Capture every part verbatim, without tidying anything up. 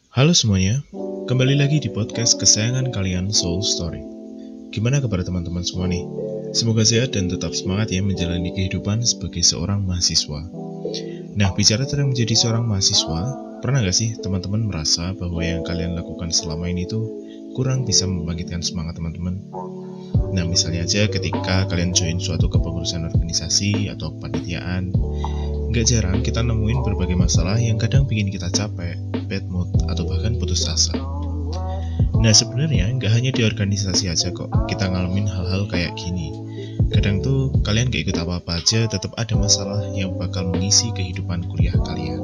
Halo semuanya, kembali lagi di podcast kesayangan kalian Soul Story. Gimana kabar teman-teman semua nih? Semoga sehat dan tetap semangat ya menjalani kehidupan sebagai seorang mahasiswa. Nah, bicara tentang menjadi seorang mahasiswa, pernah gak sih teman-teman merasa bahwa yang kalian lakukan selama ini tuh kurang bisa membangkitkan semangat teman-teman? Nah, misalnya aja ketika kalian join suatu kepengurusan organisasi atau kepanitiaan, gak jarang kita nemuin berbagai masalah yang kadang bikin kita capek, bad mood, atau bahkan putus asa. Nah sebenarnya nggak hanya di organisasi aja kok kita ngalamin hal-hal kayak gini. Kadang tuh kalian gak ikut apa-apa aja tetap ada masalah yang bakal mengisi kehidupan kuliah kalian.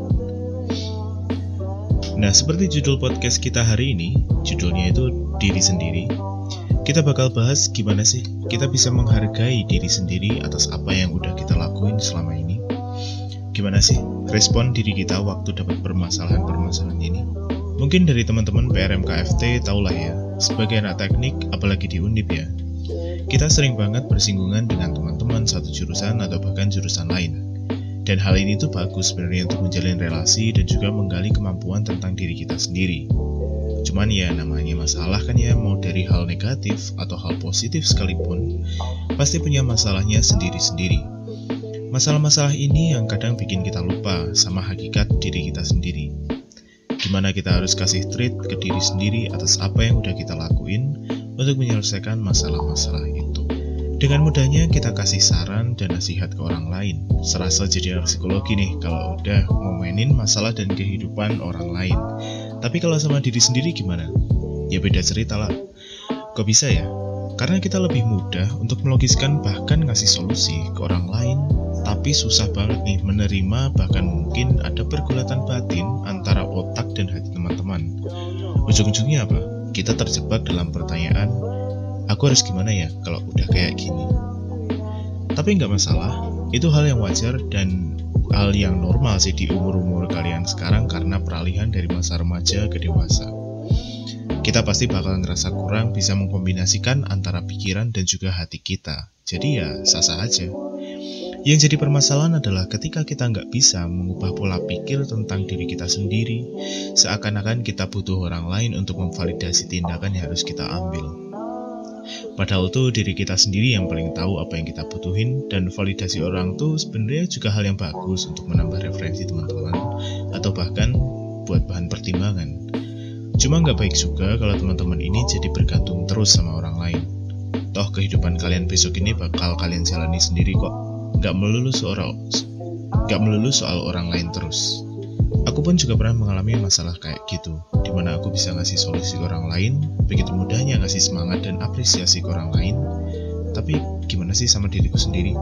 Nah seperti judul podcast kita hari ini, judulnya itu diri sendiri. Kita bakal bahas gimana sih kita bisa menghargai diri sendiri atas apa yang udah kita lakuin selama ini. Gimana sih respon diri kita waktu dapat permasalahan-permasalahan ini? Mungkin dari teman-teman P R M K F T tahulah ya, sebagai anak teknik, apalagi di Undip ya, kita sering banget bersinggungan dengan teman-teman satu jurusan atau bahkan jurusan lain. Dan hal ini tuh bagus sebenarnya untuk menjalin relasi dan juga menggali kemampuan tentang diri kita sendiri. Cuman ya namanya masalah kan ya, mau dari hal negatif atau hal positif sekalipun, pasti punya masalahnya sendiri-sendiri. Masalah-masalah ini yang kadang bikin kita lupa sama hakikat diri kita sendiri. Gimana kita harus kasih treat ke diri sendiri atas apa yang udah kita lakuin untuk menyelesaikan masalah-masalah itu. Dengan mudahnya kita kasih saran dan nasihat ke orang lain. Serasa jadi anak psikologi nih kalau udah ngomenin masalah dan kehidupan orang lain. Tapi kalau sama diri sendiri gimana? Ya beda cerita lah. Kok bisa ya? Karena kita lebih mudah untuk melogiskan bahkan ngasih solusi ke orang lain, tapi susah banget nih menerima, bahkan mungkin ada pergulatan batin antara otak dan hati teman-teman. Ujung-ujungnya apa? Kita terjebak dalam pertanyaan, aku harus gimana ya kalau udah kayak gini? Tapi nggak masalah, itu hal yang wajar dan hal yang normal sih di umur-umur kalian sekarang karena peralihan dari masa remaja ke dewasa. Kita pasti bakal ngerasa kurang bisa mengkombinasikan antara pikiran dan juga hati kita. Jadi ya sah-sah aja. Yang jadi permasalahan adalah ketika kita nggak bisa mengubah pola pikir tentang diri kita sendiri, seakan-akan kita butuh orang lain untuk memvalidasi tindakan yang harus kita ambil. Padahal tuh diri kita sendiri yang paling tahu apa yang kita butuhin, dan validasi orang tuh sebenarnya juga hal yang bagus untuk menambah referensi teman-teman, atau bahkan buat bahan pertimbangan. Cuma nggak baik juga kalau teman-teman ini jadi bergantung terus sama orang lain. Toh kehidupan kalian besok ini bakal kalian jalani sendiri kok. Nggak melulu soal, nggak melulu soal orang lain terus. Aku pun juga pernah mengalami masalah kayak gitu, dimana aku bisa ngasih solusi ke orang lain, begitu mudahnya ngasih semangat dan apresiasi ke orang lain. Tapi gimana sih sama diriku sendiri?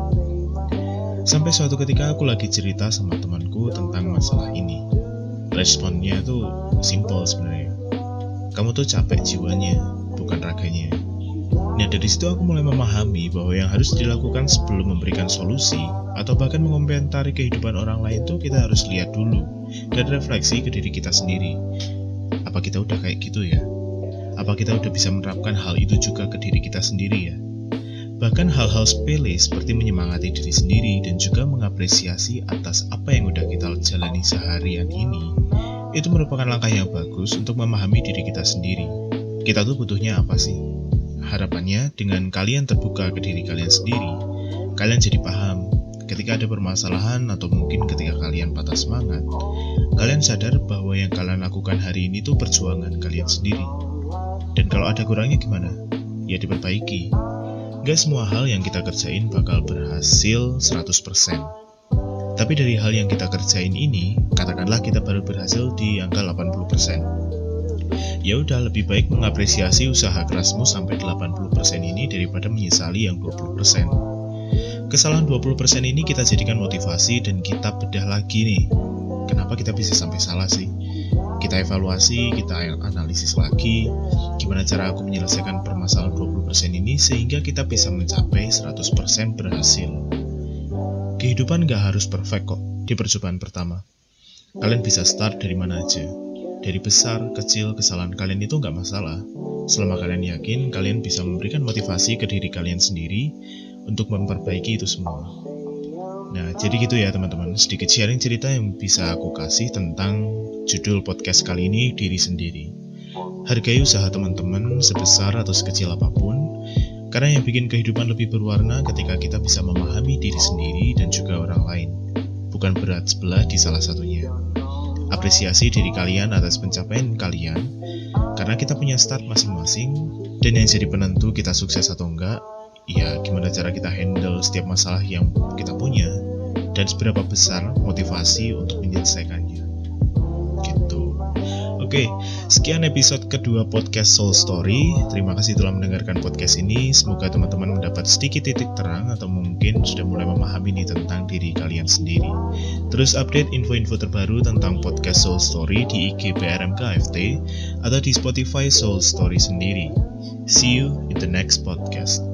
Sampai suatu ketika aku lagi cerita sama temanku tentang masalah ini. Responnya tuh simple sebenarnya. Kamu tuh capek jiwanya, bukan raganya. Nah dari situ aku mulai memahami bahwa yang harus dilakukan sebelum memberikan solusi atau bahkan mengomentari kehidupan orang lain tuh kita harus lihat dulu dan refleksi ke diri kita sendiri. Apa kita udah kayak gitu ya? Apa kita udah bisa menerapkan hal itu juga ke diri kita sendiri ya? Bahkan hal-hal sepele seperti menyemangati diri sendiri dan juga mengapresiasi atas apa yang udah kita jalani seharian ini, itu merupakan langkah yang bagus untuk memahami diri kita sendiri. Kita tuh butuhnya apa sih? Harapannya dengan kalian terbuka ke diri kalian sendiri, kalian jadi paham ketika ada permasalahan atau mungkin ketika kalian patah semangat, kalian sadar bahwa yang kalian lakukan hari ini tuh perjuangan kalian sendiri. Dan kalau ada kurangnya gimana? Ya diperbaiki. Gak semua hal yang kita kerjain bakal berhasil seratus persen. Tapi dari hal yang kita kerjain ini, katakanlah kita baru berhasil di angka delapan puluh persen. Ya udah, lebih baik mengapresiasi usaha kerasmu sampai delapan puluh persen ini daripada menyesali yang dua puluh persen. Kesalahan dua puluh persen ini kita jadikan motivasi dan kita bedah lagi nih. Kenapa kita bisa sampai salah sih? Kita evaluasi, kita analisis lagi, gimana cara aku menyelesaikan permasalahan dua puluh persen ini sehingga kita bisa mencapai seratus persen berhasil. Kehidupan gak harus perfect kok di percobaan pertama. Kalian bisa start dari mana aja. Dari besar, kecil, kesalahan kalian itu gak masalah. Selama kalian yakin, kalian bisa memberikan motivasi ke diri kalian sendiri untuk memperbaiki itu semua. Nah, jadi gitu ya teman-teman, sedikit sharing cerita yang bisa aku kasih tentang judul podcast kali ini, diri sendiri. Hargai usaha teman-teman sebesar atau sekecil apapun, karena yang bikin kehidupan lebih berwarna ketika kita bisa memahami diri sendiri dan juga orang lain, bukan berat sebelah di salah satunya. Apresiasi diri kalian atas pencapaian kalian, karena kita punya start masing-masing, dan yang jadi penentu kita sukses atau enggak, ya gimana cara kita handle setiap masalah yang kita punya, dan seberapa besar motivasi untuk menyelesaikannya. Gitu. Oke, sekian episode kedua podcast Soul Story. Terima kasih telah mendengarkan podcast ini. Semoga teman-teman mendapat sedikit titik terang atau mungkin sudah mulai memahami nih tentang diri kalian sendiri. Terus update info-info terbaru tentang podcast Soul Story di I G B R M K F T atau di Spotify Soul Story sendiri. See you in the next podcast.